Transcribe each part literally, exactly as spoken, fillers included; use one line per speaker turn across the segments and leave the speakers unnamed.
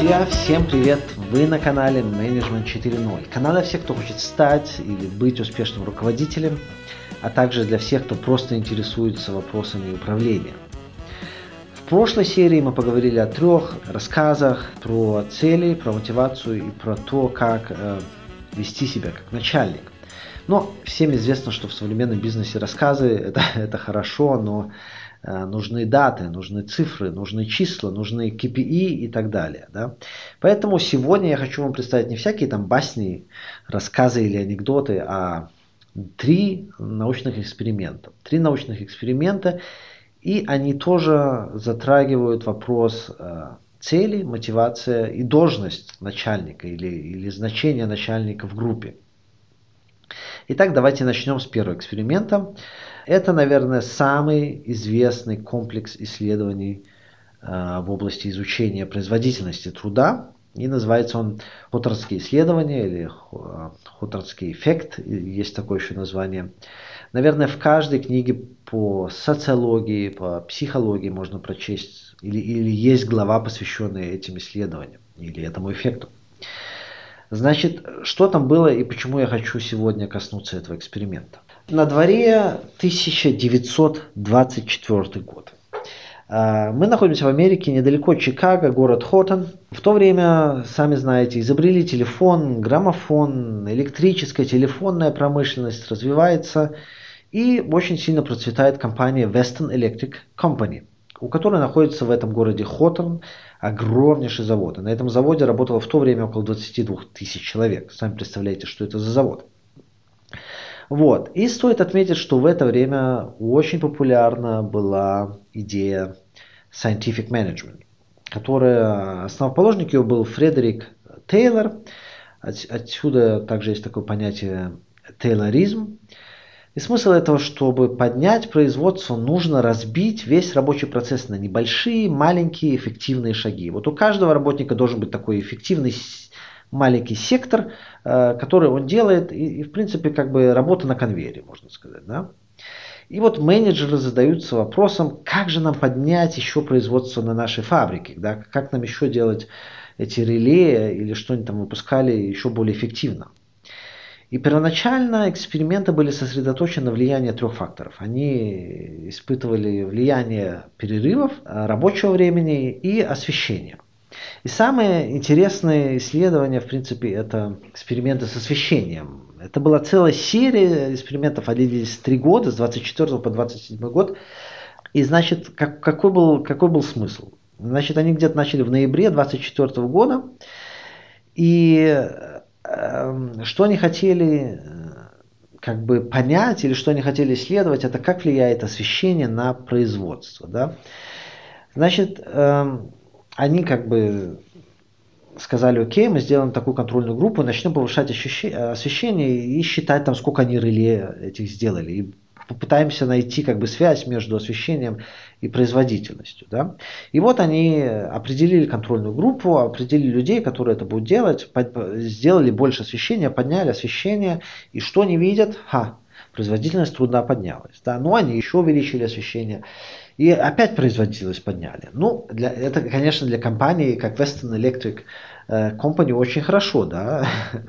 Друзья, всем привет! Вы на канале Management четыре ноль. Канал для всех, кто хочет стать или быть успешным руководителем, а также для всех, кто просто интересуется вопросами управления. В прошлой серии мы поговорили о трех рассказах про цели, про мотивацию и про то, как э, вести себя как начальник. Но всем известно, что в современном бизнесе рассказы это, это хорошо, но э, нужны даты, нужны цифры, нужны числа, нужны кей пи ай и так далее. Да? Поэтому сегодня я хочу вам представить не всякие там басни, рассказы или анекдоты, а три научных эксперимента. Три научных эксперимента, и они тоже затрагивают вопрос э, цели, мотивация и должность начальника или, или значение начальника в группе. Итак, давайте начнем с первого эксперимента. Это, наверное, самый известный комплекс исследований э, в области изучения производительности труда. И называется он Хоторнские исследования или Хоторнский эффект, есть такое еще название. Наверное, в каждой книге по социологии, по психологии можно прочесть, или, или есть глава, посвященная этим исследованиям, или этому эффекту. Значит, что там было и почему я хочу сегодня коснуться этого эксперимента. На дворе тысяча девятьсот двадцать четвёртый год. Мы находимся в Америке, недалеко от Чикаго, город Хотон. В то время, сами знаете, изобрели телефон, граммофон, электрическая телефонная промышленность развивается, и очень сильно процветает компания Western Electric Company, у которой находится в этом городе Хотон огромнейший завод. И на этом заводе работало в то время около двадцати двух тысяч человек. Сами представляете, что это за завод. Вот. И стоит отметить, что в это время очень популярна была идея scientific management, которая, основоположник ее был Фредерик Тейлор. От, отсюда также есть такое понятие тейлоризм. И смысл этого, чтобы поднять производство, нужно разбить весь рабочий процесс на небольшие, маленькие, эффективные шаги. Вот у каждого работника должен быть такой эффективный маленький сектор, который он делает, и, и в принципе как бы работа на конвейере, можно сказать. Да? И вот менеджеры задаются вопросом, как же нам поднять еще производство на нашей фабрике, да? Как нам еще делать эти реле или что-нибудь там выпускали еще более эффективно. И первоначально эксперименты были сосредоточены на влиянии трех факторов. Они испытывали влияние перерывов, рабочего времени и освещения. И самые интересные исследования, в принципе, это эксперименты с освещением. Это была целая серия экспериментов, они длились три года, с двадцать четвёртого по двадцать седьмой год. И, значит, как, какой, был, какой был смысл? Значит, они где-то начали в ноябре двадцать четвёртого года. И что они хотели как бы понять или что они хотели исследовать, это как влияет освещение на производство. Да? Значит, они как бы сказали, окей, мы сделаем такую контрольную группу, начнем повышать освещение и считать, там, сколько они реле этих сделали. И попытаемся найти как бы связь между освещением и производительностью. Да? И вот они определили контрольную группу, определили людей, которые это будут делать, сделали больше освещения, подняли освещение, и что они видят? Ха, производительность труда поднялась. Да? Ну, они еще увеличили освещение, и опять производительность подняли. Ну, для, это, конечно, для компании, как Western Electric Company, очень хорошо, да.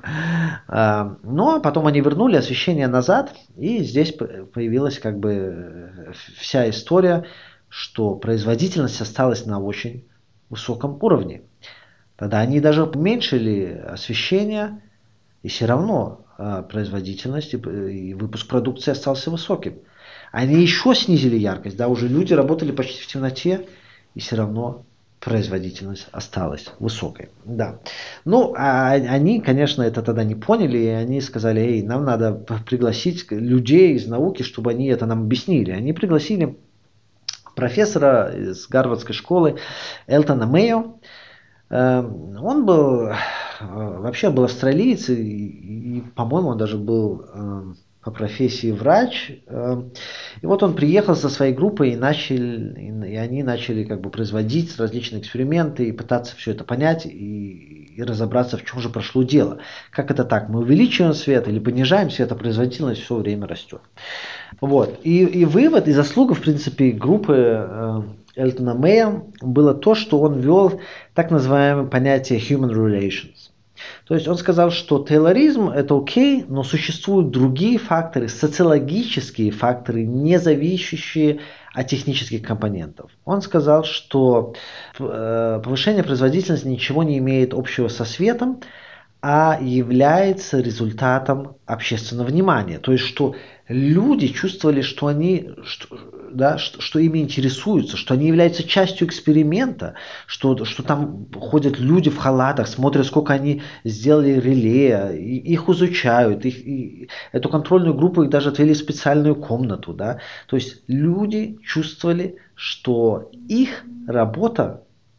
Но потом они вернули освещение назад, и здесь появилась как бы вся история, что производительность осталась на очень высоком уровне. Тогда они даже уменьшили освещение, и все равно производительность и выпуск продукции остался высоким. Они еще снизили яркость, да, уже люди работали почти в темноте, и все равно производительность осталась высокой. Да. Ну, а они, конечно, это тогда не поняли, и они сказали, эй, нам надо пригласить людей из науки, чтобы они это нам объяснили. Они пригласили профессора из Гарвардской школы Элтона Мэйо. Он был, вообще был австралиец, и, и по-моему, он даже был по профессии врач. И вот он приехал со своей группой, и, начали, и они начали как бы производить различные эксперименты и пытаться все это понять и, и разобраться, в чем же прошло дело. Как это так? Мы увеличиваем свет или понижаем свет, а производительность все время растет. Вот. И, и вывод, и заслуга, в принципе, группы Элтона Мэя было то, что он ввел так называемое понятие human relations. То есть он сказал, что тейлоризм это окей, но существуют другие факторы, социологические факторы, не зависящие от технических компонентов. Он сказал, что повышение производительности ничего не имеет общего со светом, а является результатом общественного внимания. То есть, что люди чувствовали, что они, что, да, что, что ими интересуются, что они являются частью эксперимента, что, что там ходят люди в халатах, смотрят, сколько они сделали реле, и, их изучают, их, и, эту контрольную группу их даже отвели в специальную комнату. Да? То есть, люди чувствовали, что их работа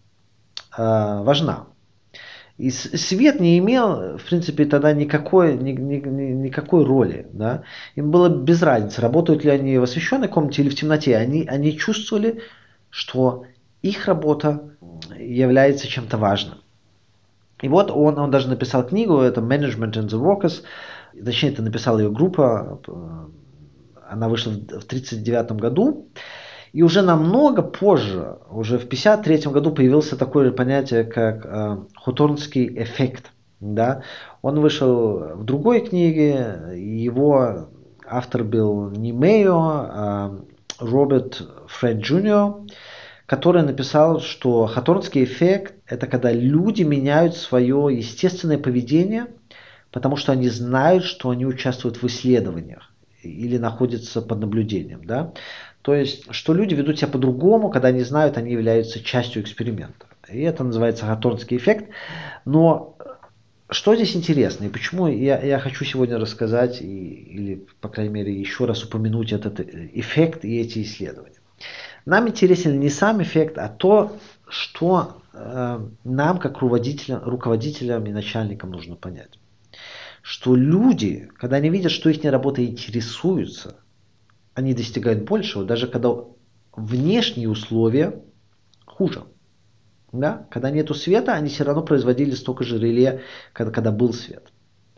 э, важна. И свет не имел, в принципе, тогда никакой, ни, ни, никакой роли. Да? Им было без разницы, работают ли они в освещенной комнате или в темноте. Они, они чувствовали, что их работа является чем-то важным. И вот он, он даже написал книгу, это Management and the Workers, точнее, это написала ее группа, она вышла в тысяча девятьсот тридцать девятом году. И уже намного позже, уже в тысяча девятьсот пятьдесят третьем году появилось такое понятие, как э, Хоторнский эффект. Да? Он вышел в другой книге, его автор был не Мэйо, а Роберт Фред Джуниор, который написал, что Хоторнский эффект – это когда люди меняют свое естественное поведение, потому что они знают, что они участвуют в исследованиях или находятся под наблюдением. Да? То есть, что люди ведут себя по-другому, когда они знают, они являются частью эксперимента. И это называется Хоторнский эффект. Но что здесь интересно, и почему я, я хочу сегодня рассказать, и, или, по крайней мере, еще раз упомянуть этот эффект и эти исследования. Нам интересен не сам эффект, а то, что э, нам, как руководителям, руководителям и начальникам, нужно понять. Что люди, когда они видят, что их работа интересуется, они достигают большего, даже когда внешние условия хуже. Да? Когда нету света, они все равно производили столько же реле, когда, когда был свет.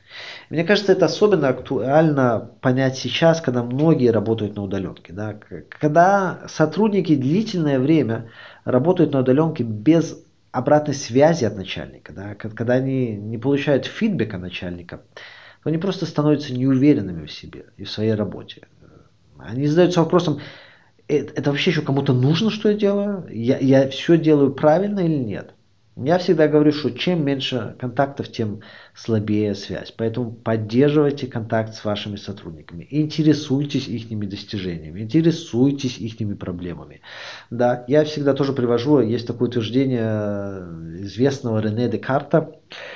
Мне кажется, это особенно актуально понять сейчас, когда многие работают на удаленке. Да? Когда сотрудники длительное время работают на удаленке без обратной связи от начальника, да? Когда они не получают фидбэка начальника, то они просто становятся неуверенными в себе и в своей работе. Они задаются вопросом, это, это вообще еще кому-то нужно, что я делаю? Я, я все делаю правильно или нет? Я всегда говорю, что чем меньше контактов, тем слабее связь. Поэтому поддерживайте контакт с вашими сотрудниками. Интересуйтесь их достижениями, интересуйтесь их проблемами. Да, я всегда тоже привожу, есть такое утверждение известного Рене Декарта,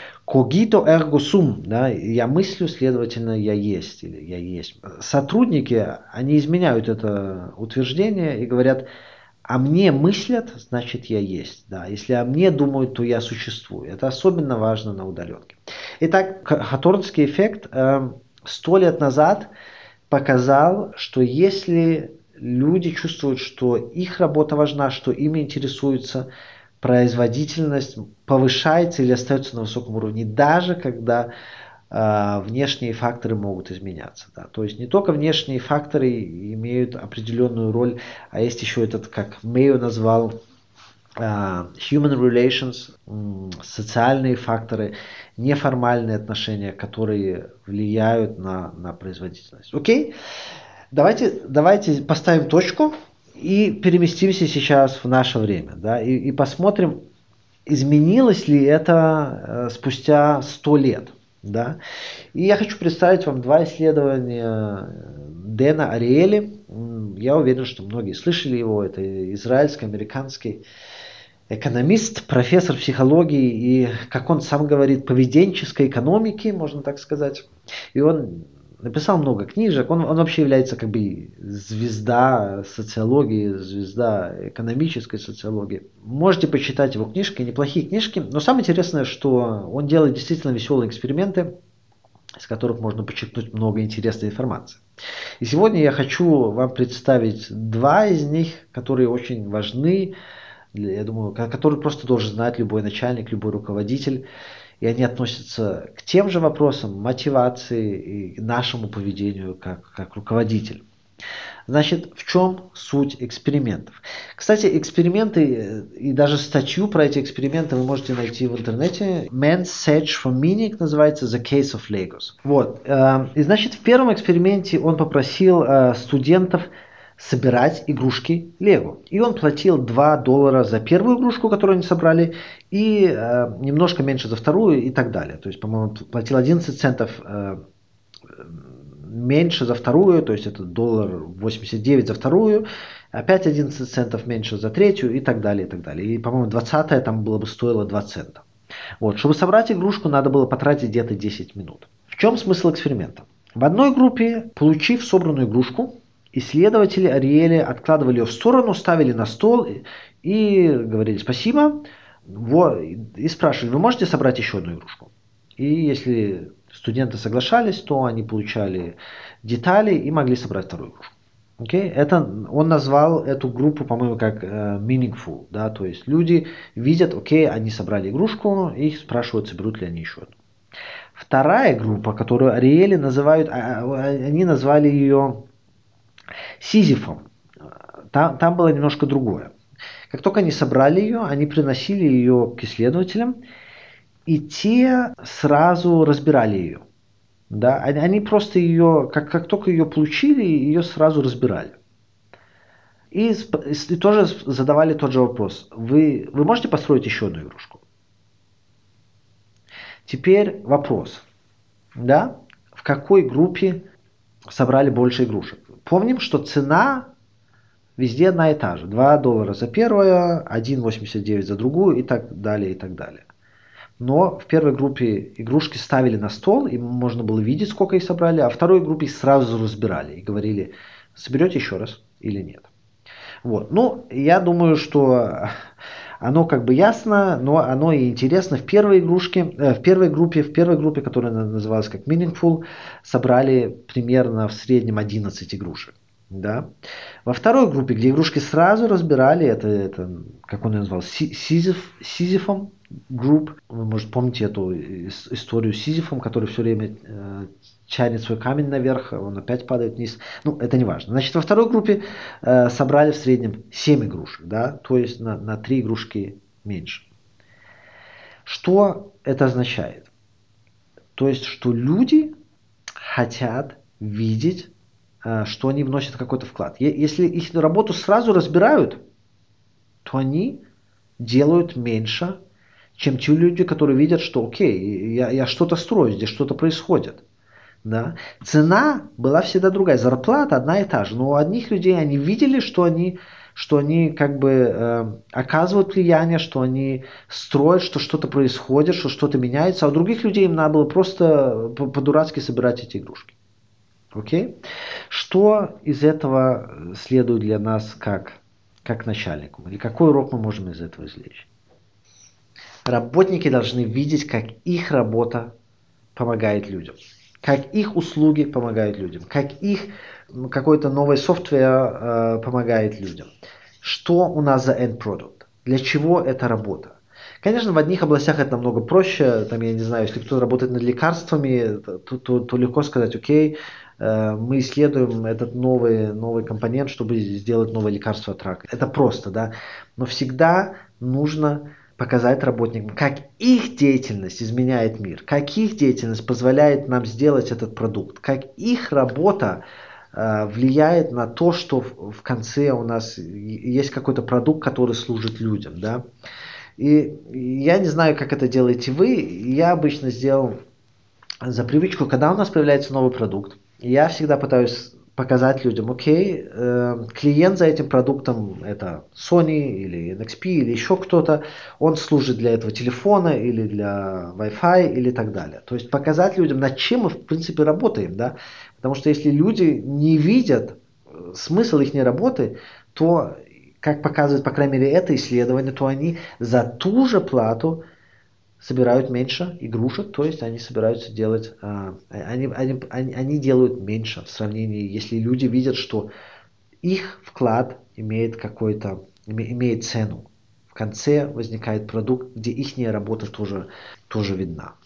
Cogito ergo sum, да, я мыслю, следовательно, я есть, или я есть. Сотрудники, они изменяют это утверждение и говорят, а мне мыслят, значит я есть. Да. Если о мне думают, то я существую. Это особенно важно на удаленке. Итак, Хоторнский эффект сто э, лет назад показал, что если люди чувствуют, что их работа важна, что ими интересуются, производительность повышается или остается на высоком уровне, даже когда э, внешние факторы могут изменяться. Да. То есть не только внешние факторы имеют определенную роль, а есть еще этот, как Мэйо назвал, э, human relations, э, социальные факторы, неформальные отношения, которые влияют на, на производительность. Окей? Давайте, давайте поставим точку. И переместимся сейчас в наше время, да, и, и посмотрим, изменилось ли это э, спустя сто лет. Да. И я хочу представить вам два исследования Дэна Ариэли. Я уверен, что многие слышали его. Это израильско-американский экономист, профессор психологии и, как он сам говорит, поведенческой экономики, можно так сказать. И он написал много книжек, он, он вообще является как бы звезда социологии, звезда экономической социологии. Можете почитать его книжки, неплохие книжки, но самое интересное, что он делает действительно веселые эксперименты, из которых можно подчеркнуть много интересной информации. И сегодня я хочу вам представить два из них, которые очень важны, я думаю, которые просто должен знать любой начальник, любой руководитель. И они относятся к тем же вопросам мотивации и нашему поведению как, как руководитель. Значит, в чем суть экспериментов? Кстати, эксперименты и даже статью про эти эксперименты вы можете найти в интернете. Man's Search for Meaning называется The Case of Legos. Вот. И значит, в первом эксперименте он попросил студентов собирать игрушки Лего. И он платил два доллара за первую игрушку, которую они собрали, и э, немножко меньше за вторую и так далее. То есть, по-моему, платил одиннадцать центов э, меньше за вторую, то есть это доллар восемьдесят девять за вторую, опять одиннадцать центов меньше за третью и так далее, и так далее. И, по-моему, двадцатая там было бы стоило два цента. Вот. Чтобы собрать игрушку, надо было потратить где-то десять минут. В чем смысл эксперимента? В одной группе, получив собранную игрушку, исследователи Ариэли откладывали ее в сторону, ставили на стол и, и говорили спасибо. Вот, и спрашивали, вы можете собрать еще одну игрушку? И если студенты соглашались, то они получали детали и могли собрать вторую игрушку. Okay? Это, он назвал эту группу, по-моему, как uh, meaningful. Да? То есть люди видят, окей, они собрали игрушку, и их спрашивают, соберут ли они еще одну. Вторая группа, которую Ариэли называют, они назвали ее Сизифом. Там, там было немножко другое. Как только они собрали ее, они приносили ее к исследователям, и те сразу разбирали ее. Да? Они, они просто ее, как, как только ее получили, ее сразу разбирали. И, и тоже задавали тот же вопрос. Вы, вы можете построить еще одну игрушку? Теперь вопрос. Да? В какой группе собрали больше игрушек? Помним, что цена везде одна и та же. два доллара за первое, один восемьдесят девять за другую и так далее, и так далее. Но в первой группе игрушки ставили на стол, и можно было видеть, сколько их собрали, а в второй группе их сразу разбирали и говорили, соберете еще раз или нет. Вот. Ну, я думаю, что оно как бы ясно, но оно и интересно. В первой игрушке, э, в первой группе, в первой группе, которая называлась как Meaningful, собрали примерно в среднем одиннадцать игрушек. Да? Во второй группе, где игрушки сразу разбирали, это, это как он ее назвал, Сизиф, Сизифом Group. Вы, может, помните эту историю с Сизифом, который все время э, тянет свой камень наверх, он опять падает вниз. Ну, это не важно. Значит, во второй группе э, собрали в среднем семь игрушек, да? То есть на, на три игрушки меньше. Что это означает? То есть, что люди хотят видеть, э, что они вносят какой-то вклад. Если их работу сразу разбирают, то они делают меньше, чем те люди, которые видят, что окей, я, я что-то строю, здесь что-то происходит. Да? Цена была всегда другая, зарплата одна и та же. Но у одних людей они видели, что они, что они как бы э, оказывают влияние, что они строят, что что-то происходит, что что-то меняется. А у других людей им надо было просто по-дурацки собирать эти игрушки. Окей? Что из этого следует для нас как, как начальнику? Или какой урок мы можем из этого извлечь? Работники должны видеть, как их работа помогает людям, как их услуги помогают людям, как их какой-то новый софтвер э, помогает людям. Что у нас за end product? Для чего эта работа? Конечно, в одних областях это намного проще. Там, я не знаю, если кто-то работает над лекарствами, то, то, то легко сказать, окей, э, мы исследуем этот новый, новый компонент, чтобы сделать новое лекарство от рака. Это просто, да. Но всегда нужно показать работникам, как их деятельность изменяет мир, как их деятельность позволяет нам сделать этот продукт, как их работа э, влияет на то, что в, в конце у нас есть какой-то продукт, который служит людям. Да? И я не знаю, как это делаете вы, я обычно сделал за привычку, когда у нас появляется новый продукт, я всегда пытаюсь показать людям, окей, э, клиент за этим продуктом это Sony или эн экс пи или еще кто-то, он служит для этого телефона или для Wi-Fi или так далее. То есть показать людям, над чем мы в принципе работаем, да, потому что если люди не видят смысл их работы, то, как показывает, по крайней мере, это исследование, то они за ту же плату собирают меньше игрушек, то есть они собираются делать, э, они, они, они, они делают меньше в сравнении, если люди видят, что их вклад имеет какой-то, имеет цену. В конце возникает продукт, где их работа тоже, тоже видна.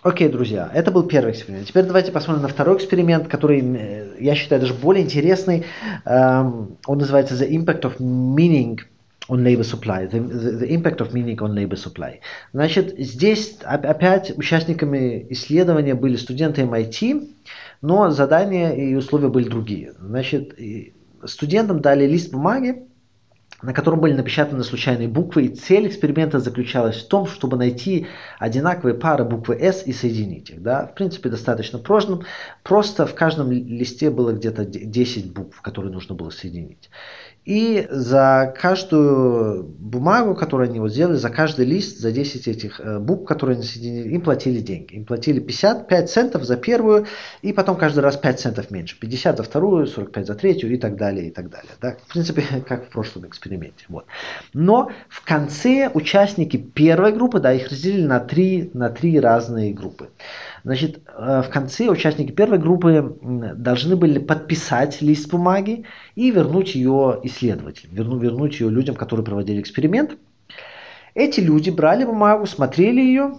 Окей, друзья, это был первый эксперимент. Теперь давайте посмотрим на второй эксперимент, который я считаю даже более интересный. Он называется The Impact of Meaning on Labor Supply. The, the Impact of Meaning on Labor Supply. Значит, здесь опять участниками исследования были студенты эм ай ти, но задания и условия были другие. Значит, студентам дали лист бумаги, на котором были напечатаны случайные буквы, и цель эксперимента заключалась в том, чтобы найти одинаковые пары буквы S и соединить их. Да? В принципе, достаточно просто. Просто в каждом листе было где-то десять букв, которые нужно было соединить. И за каждую бумагу, которую они вот сделали, за каждый лист, за десять этих букв, которые они соединили, им платили деньги. Им платили пятьдесят пять центов за первую, и потом каждый раз пять центов меньше. пятьдесят за вторую, сорок пять за третью и так далее, и так далее. Да? В принципе, как в прошлом эксперименте. Вот. Но в конце участники первой группы, да, их разделили на три, на три разные группы. Значит, в конце участники первой группы должны были подписать лист бумаги и вернуть ее исследователям, вернуть, вернуть ее людям, которые проводили эксперимент. Эти люди брали бумагу, смотрели ее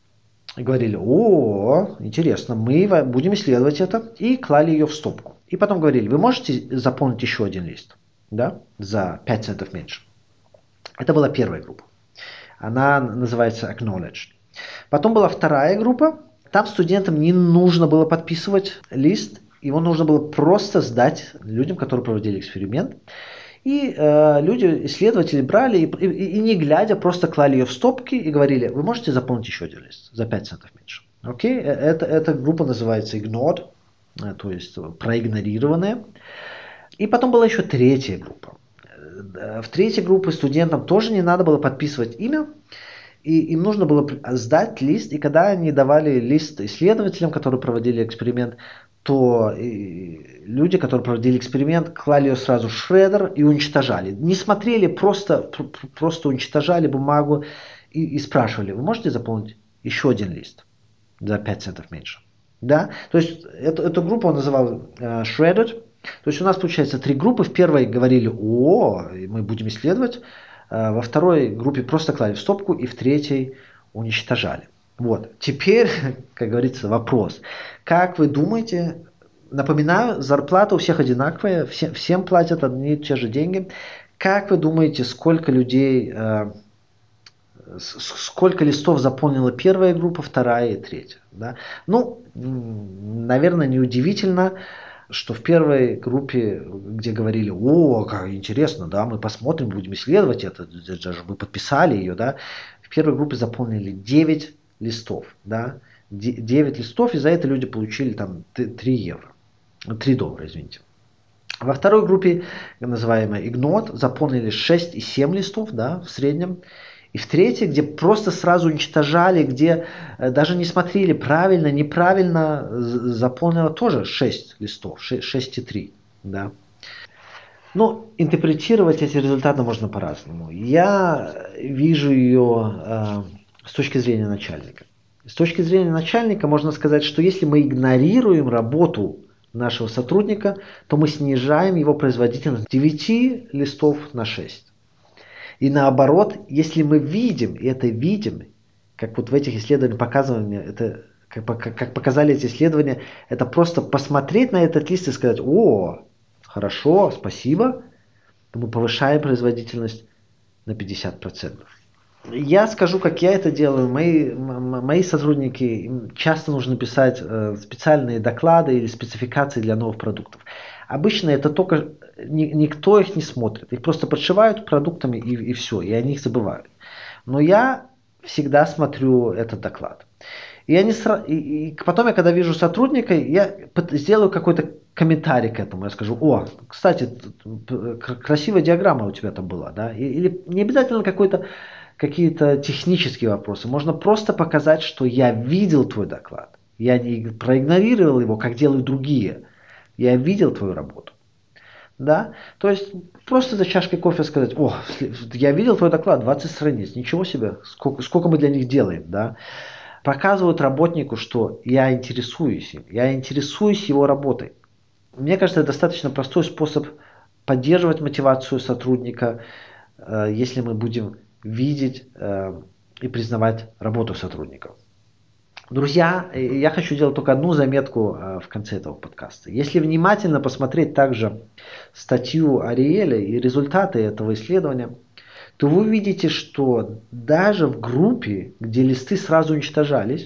и говорили: о, интересно, мы будем исследовать это, и клали ее в стопку. И потом говорили: вы можете заполнить еще один лист, да, за пять центов меньше. Это была первая группа. Она называется Acknowledged. Потом была вторая группа. Там студентам не нужно было подписывать лист, его нужно было просто сдать людям, которые проводили эксперимент. И э, люди, исследователи брали и, и, и не глядя просто клали ее в стопки и говорили: вы можете заполнить еще один лист за пять центов меньше. Окей? Это, эта группа называется Ignored, то есть проигнорированная. И потом была еще третья группа. В третьей группе студентам тоже не надо было подписывать имя. И им нужно было сдать лист, и когда они давали лист исследователям, которые проводили эксперимент, то люди, которые проводили эксперимент, клали ее сразу в шредер и уничтожали. Не смотрели, просто, просто уничтожали бумагу и, и спрашивали: вы можете заполнить еще один лист за пять центов меньше? Да? То есть эту, эту группу он называл uh, shredded. То есть у нас получается три группы. В первой говорили: о, мы будем исследовать. Во второй группе просто клали в стопку, и в третьей уничтожали. Вот. Теперь, как говорится, вопрос. Как вы думаете, напоминаю, зарплата у всех одинаковая, все, всем платят одни и те же деньги. Как вы думаете, сколько людей, э, сколько листов заполнила первая группа, вторая и третья? Да? Ну, наверное, неудивительно, что в первой группе, где говорили: о, как интересно, да, мы посмотрим, будем исследовать это, даже вы подписали ее, да, в первой группе заполнили девять листов, да, девять листов, и за это люди получили там три евро, три доллара, извините. Во второй группе, называемой Ignored, заполнили шесть и семь листов, да, в среднем. И в третьей, где просто сразу уничтожали, где даже не смотрели правильно, неправильно, заполнило тоже шесть листов, шесть и три. Да. Ну, интерпретировать эти результаты можно по-разному. Я вижу ее э, с точки зрения начальника. С точки зрения начальника можно сказать, что если мы игнорируем работу нашего сотрудника, то мы снижаем его производительность с девяти листов на шесть. И наоборот, если мы видим, и это видим, как вот в этих исследованиях показывали, это, как, как показали эти исследования, это просто посмотреть на этот лист и сказать: о, хорошо, спасибо, то мы повышаем производительность на пятьдесят процентов. Я скажу, как я это делаю. Мои, мои сотрудники, им часто нужно писать специальные доклады или спецификации для новых продуктов. Обычно это только никто их не смотрит. Их просто подшивают продуктами и, и все, и они их забывают. Но я всегда смотрю этот доклад. И, они, и, и потом, я когда вижу сотрудника, я сделаю какой-то комментарий к этому. Я скажу: о, кстати, красивая диаграмма у тебя там была. Да? Или не обязательно какой-то, какие-то технические вопросы. Можно просто показать, что я видел твой доклад. Я не проигнорировал его, как делают другие. Я видел твою работу. Да? То есть просто за чашкой кофе сказать: о, я видел твой доклад, двадцать страниц, ничего себе, сколько, сколько мы для них делаем. Да? Показывают работнику, что я интересуюсь им, я интересуюсь его работой. Мне кажется, это достаточно простой способ поддерживать мотивацию сотрудника, если мы будем видеть и признавать работу сотрудников. Друзья, я хочу делать только одну заметку в конце этого подкаста. Если внимательно посмотреть также статью Ариэля и результаты этого исследования, то вы увидите, что даже в группе, где листы сразу уничтожались,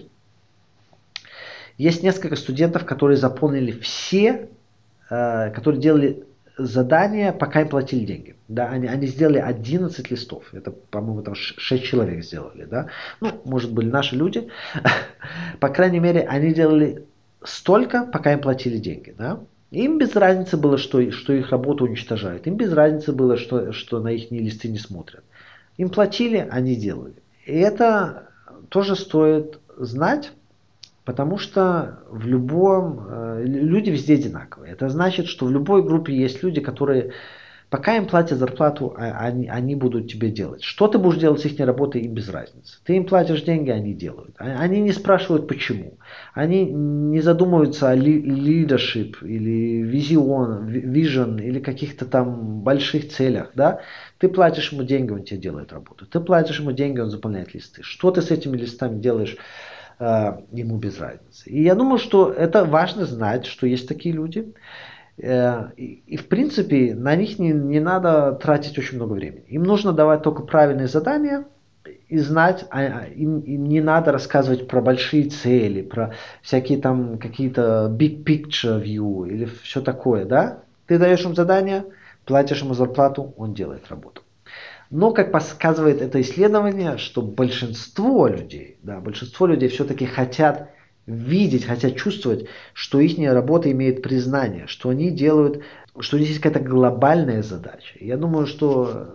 есть несколько студентов, которые заполнили все, которые делали задания, пока им платили деньги. Да, они, они сделали одиннадцать листов. Это, по-моему, там шесть человек сделали. Да? Ну, может, были наши люди. По крайней мере, они делали столько, пока им платили деньги. Да? Им без разницы было, что, что их работу уничтожают. Им без разницы было, что, что на их листы не смотрят. Им платили, они делали. И это тоже стоит знать. Потому что в любом, э, люди везде одинаковые. Это значит, что в любой группе есть люди, которые, пока им платят зарплату, они, они будут тебе делать. Что ты будешь делать с их работой, им без разницы. Ты им платишь деньги, они делают. Они не спрашивают почему. Они не задумываются о leadership или vision, vision или каких-то там больших целях. Да? Ты платишь ему деньги, он тебе делает работу. Ты платишь ему деньги, он заполняет листы. Что ты с этими листами делаешь? Ему без разницы. И я думаю, что это важно знать, что есть такие люди. И, и в принципе, на них не, не надо тратить очень много времени. Им нужно давать только правильные задания и знать, а им, им не надо рассказывать про большие цели, про всякие там какие-то big picture view или все такое, да? Ты даешь им задание, платишь ему зарплату, он делает работу. Но, как показывает это исследование, что большинство людей, да, большинство людей все-таки хотят видеть, хотят чувствовать, что их работа имеет признание, что они делают, что здесь есть какая-то глобальная задача. Я думаю, что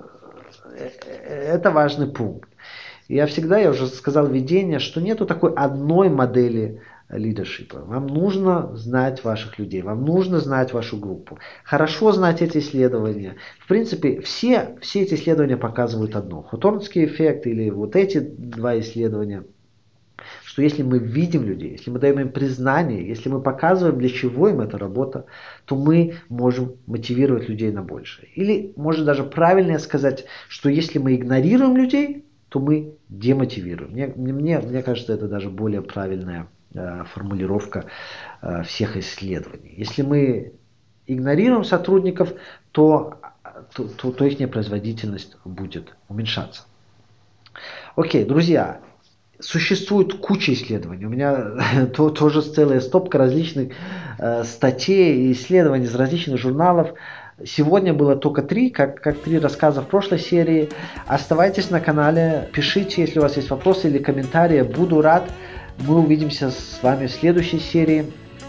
это важный пункт. Я всегда, я уже сказал в видении, что нету такой одной модели лидершипа. Вам нужно знать ваших людей, вам нужно знать вашу группу. Хорошо знать эти исследования. В принципе, все, все эти исследования показывают одно. Хоторнский эффект или вот эти два исследования, что если мы видим людей, если мы даем им признание, если мы показываем, для чего им эта работа, то мы можем мотивировать людей на большее. Или, может даже правильнее сказать, что если мы игнорируем людей, то мы демотивируем. Мне, мне, мне кажется, это даже более правильная э, формулировка э, всех исследований. Если мы игнорируем сотрудников, то, то, то, то их производительность будет уменьшаться. Окей, друзья, существует куча исследований. У меня то, тоже целая стопка различных э, статей и исследований из различных журналов. Сегодня было только три, как, как три рассказа в прошлой серии. Оставайтесь на канале, пишите, если у вас есть вопросы или комментарии. Буду рад. Мы увидимся с вами в следующей серии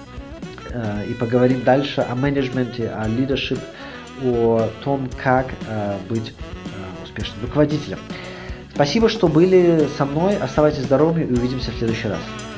э, и поговорим дальше о менеджменте, о leadership, о том, как э, быть э, успешным руководителем. Спасибо, что были со мной. Оставайтесь здоровыми и увидимся в следующий раз.